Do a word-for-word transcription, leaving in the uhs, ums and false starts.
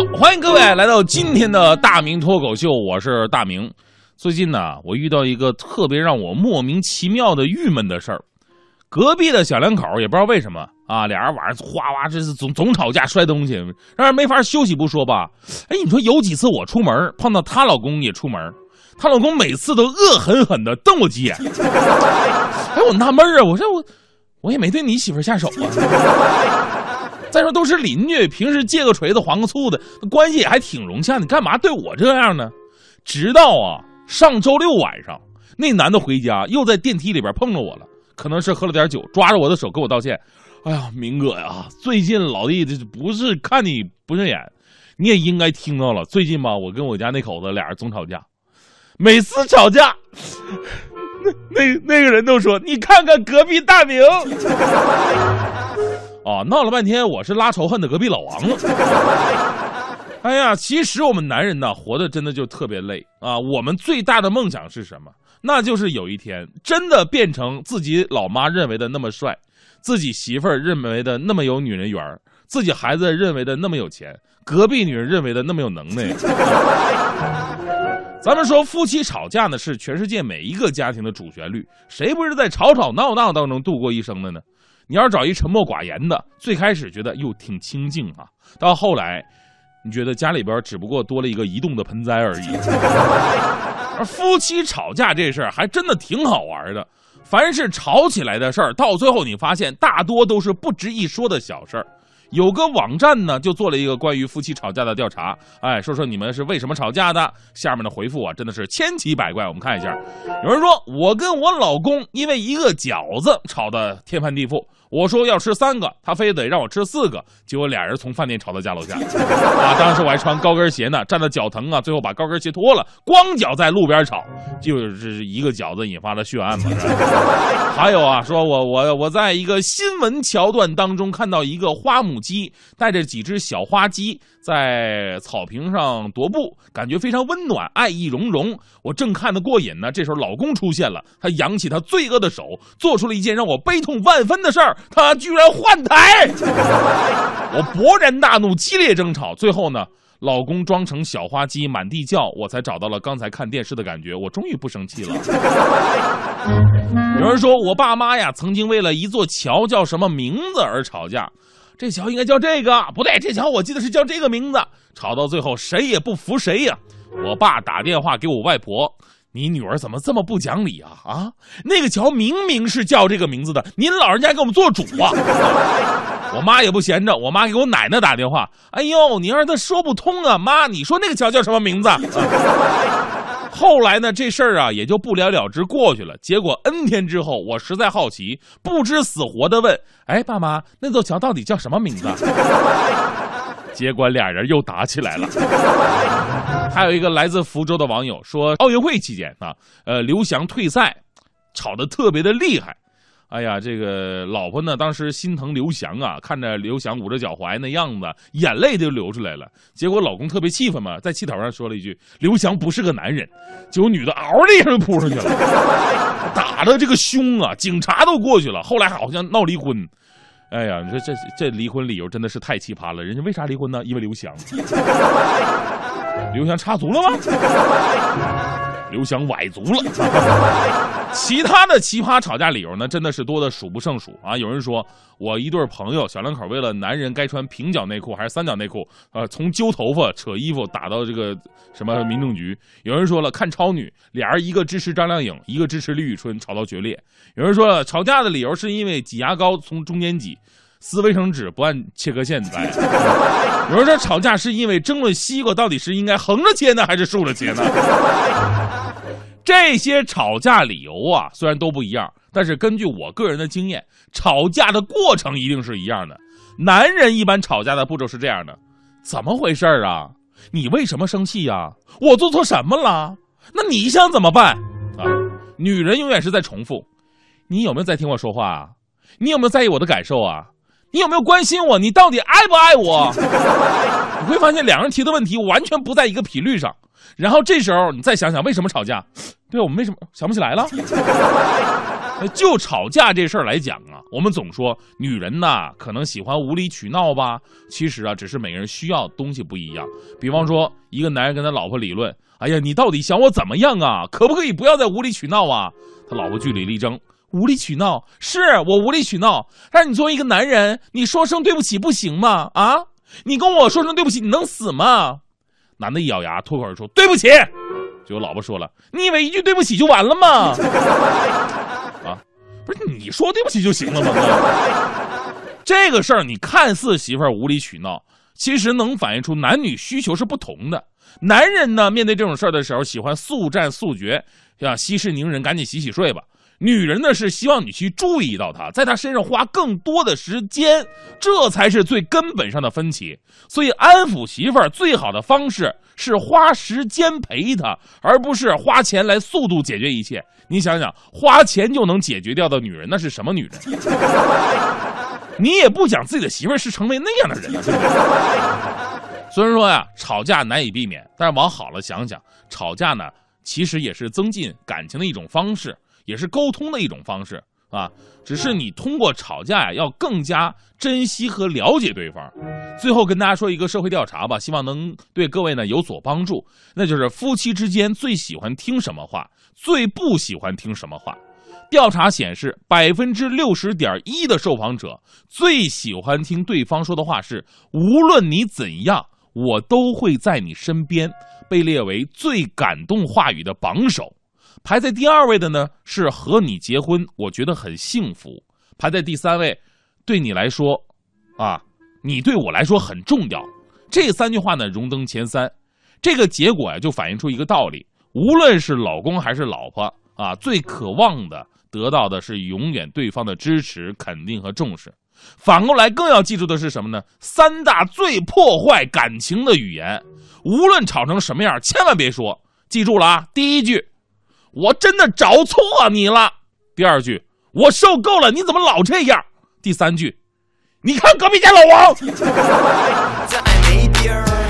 欢迎各位来到今天的大明脱口秀，我是大明。最近呢，我遇到一个特别让我莫名其妙的郁闷的事儿。隔壁的小两口也不知道为什么啊，俩人晚上哗哗这是总总吵架摔东西，让人没法休息不说吧。哎，你说有几次我出门碰到她老公也出门，她老公每次都恶狠狠地瞪我几眼。哎，我纳闷啊，我说我我也没对你媳妇下手啊。再说都是邻居，平时借个锤子还个醋的，关系也还挺融洽，你干嘛对我这样呢？直到啊上周六晚上，那男的回家又在电梯里边碰着我了，可能是喝了点酒，抓着我的手跟我道歉。哎呀，明哥呀，最近老弟这不是看你不顺眼，你也应该听到了。最近吧，我跟我家那口子俩人总吵架，每次吵架，那那那个人都说你看看隔壁大明。啊，闹了半天，我是拉仇恨的隔壁老王了。哎呀，其实我们男人呢，活得真的就特别累啊。我们最大的梦想是什么？那就是有一天真的变成自己老妈认为的那么帅，自己媳妇儿认为的那么有女人缘，自己孩子认为的那么有钱，隔壁女人认为的那么有能耐。咱们说夫妻吵架呢，是全世界每一个家庭的主旋律，谁不是在吵吵闹闹当中度过一生的呢？你要是找一沉默寡言的，最开始觉得又挺清静啊，到后来你觉得家里边只不过多了一个移动的盆栽而已。而夫妻吵架这事儿还真的挺好玩的，凡是吵起来的事儿，到最后你发现大多都是不值一说的小事儿。有个网站呢，就做了一个关于夫妻吵架的调查，哎，说说你们是为什么吵架的。下面的回复啊，真的是千奇百怪。我们看一下，有人说我跟我老公因为一个饺子吵得天翻地覆，我说要吃三个，他非得让我吃四个，结果俩人从饭店吵到家楼下。啊，当时我还穿高跟鞋呢，站得脚疼啊，最后把高跟鞋脱了，光脚在路边吵，就是一个饺子引发了血案嘛。还有啊，说我我我在一个新闻桥段当中看到一个花母鸡带着几只小花鸡在草坪上踱步，感觉非常温暖，爱意融融。我正看得过瘾呢，这时候老公出现了，他扬起他罪恶的手，做出了一件让我悲痛万分的事儿，他居然换台。我勃然大怒，激烈争吵，最后呢，老公装成小花鸡满地叫，我才找到了刚才看电视的感觉，我终于不生气了。有人说我爸妈呀，曾经为了一座桥叫什么名字而吵架，这桥应该叫这个，不对，这桥我记得是叫这个名字，吵到最后谁也不服谁呀。我爸打电话给我外婆，你女儿怎么这么不讲理啊？啊，那个桥明明是叫这个名字的，您老人家给我们做主啊！我妈也不闲着，我妈给我奶奶打电话，哎呦，你儿子说不通啊，妈，你说那个桥叫什么名字？啊、后来呢，这事儿啊也就不了了之过去了。结果 N 天之后，我实在好奇，不知死活的问，哎，爸妈，那座桥到底叫什么名字？结果俩人又打起来了。还有一个来自福州的网友说，奥运会期间啊，呃，刘翔退赛，吵得特别的厉害。哎呀，这个老婆呢，当时心疼刘翔啊，看着刘翔捂着脚踝那样子，眼泪就流出来了。结果老公特别气愤嘛，在气头上说了一句：“刘翔不是个男人。”结果女的嗷的一声扑上去了，打的这个凶啊，警察都过去了。后来好像闹离婚。哎呀，你说这这离婚理由真的是太奇葩了。人家为啥离婚呢？因为刘翔。刘翔插足了吗？刘翔崴足了。其他的奇葩吵架理由呢，真的是多的数不胜数啊！有人说，我一对朋友小两口为了男人该穿平角内裤还是三角内裤，呃，从揪头发、扯衣服打到这个什么民政局。有人说了，看超女，俩人一个支持张靓颖，一个支持李宇春，吵到决裂。有人说了，吵架的理由是因为挤牙膏从中间挤，撕卫生纸不按切割线来。有人说吵架是因为争论西瓜到底是应该横着切呢还是竖着切呢。这些吵架理由啊，虽然都不一样，但是根据我个人的经验，吵架的过程一定是一样的。男人一般吵架的步骤是这样的：怎么回事啊？你为什么生气啊？我做错什么了？那你想怎么办啊？女人永远是在重复：你有没有在听我说话啊？你有没有在意我的感受啊？你有没有关心我？你到底爱不爱我？你会发现两人提的问题完全不在一个频率上。然后这时候你再想想为什么吵架，对，我们为什么想不起来了？ 就吵架这事儿来讲啊，我们总说女人呐可能喜欢无理取闹吧，其实啊只是每个人需要东西不一样。比方说一个男人跟他老婆理论，哎呀你到底想我怎么样啊，可不可以不要再无理取闹啊？他老婆据理力争，无理取闹是我无理取闹，但是你作为一个男人，你说声对不起不行吗？啊，你跟我说声对不起你能死吗？男的一咬牙脱口而出对不起，结果老婆说了，你以为一句对不起就完了吗？啊，不是你说对不起就行了吗？这个事儿你看似媳妇儿无理取闹，其实能反映出男女需求是不同的。男人呢，面对这种事儿的时候喜欢速战速决，像息事宁人，赶紧洗洗睡吧。女人呢是希望你去注意到她，在她身上花更多的时间，这才是最根本上的分歧。所以安抚媳妇儿最好的方式是花时间陪她，而不是花钱来速度解决一切。你想想，花钱就能解决掉的女人，那是什么女人？你也不想自己的媳妇儿是成为那样的人啊，对不对？虽然说呀，吵架难以避免，但是往好了想想，吵架呢，其实也是增进感情的一种方式。也是沟通的一种方式啊，只是你通过吵架呀，要更加珍惜和了解对方。最后跟大家说一个社会调查吧，希望能对各位呢有所帮助。那就是夫妻之间最喜欢听什么话，最不喜欢听什么话。调查显示，百分之六十点一的受访者最喜欢听对方说的话是“无论你怎样，我都会在你身边”，被列为最感动话语的榜首。排在第二位的呢是和你结婚，我觉得很幸福。排在第三位，对你来说，啊，你对我来说很重要。这三句话呢荣登前三。这个结果呀、啊，就反映出一个道理：无论是老公还是老婆啊，最渴望的得到的是永远对方的支持、肯定和重视。反过来，更要记住的是什么呢？三大最破坏感情的语言，无论吵成什么样，千万别说。记住了啊！第一句，我真的找错你了。第二句，我受够了，你怎么老这样？第三句，你看隔壁家老王。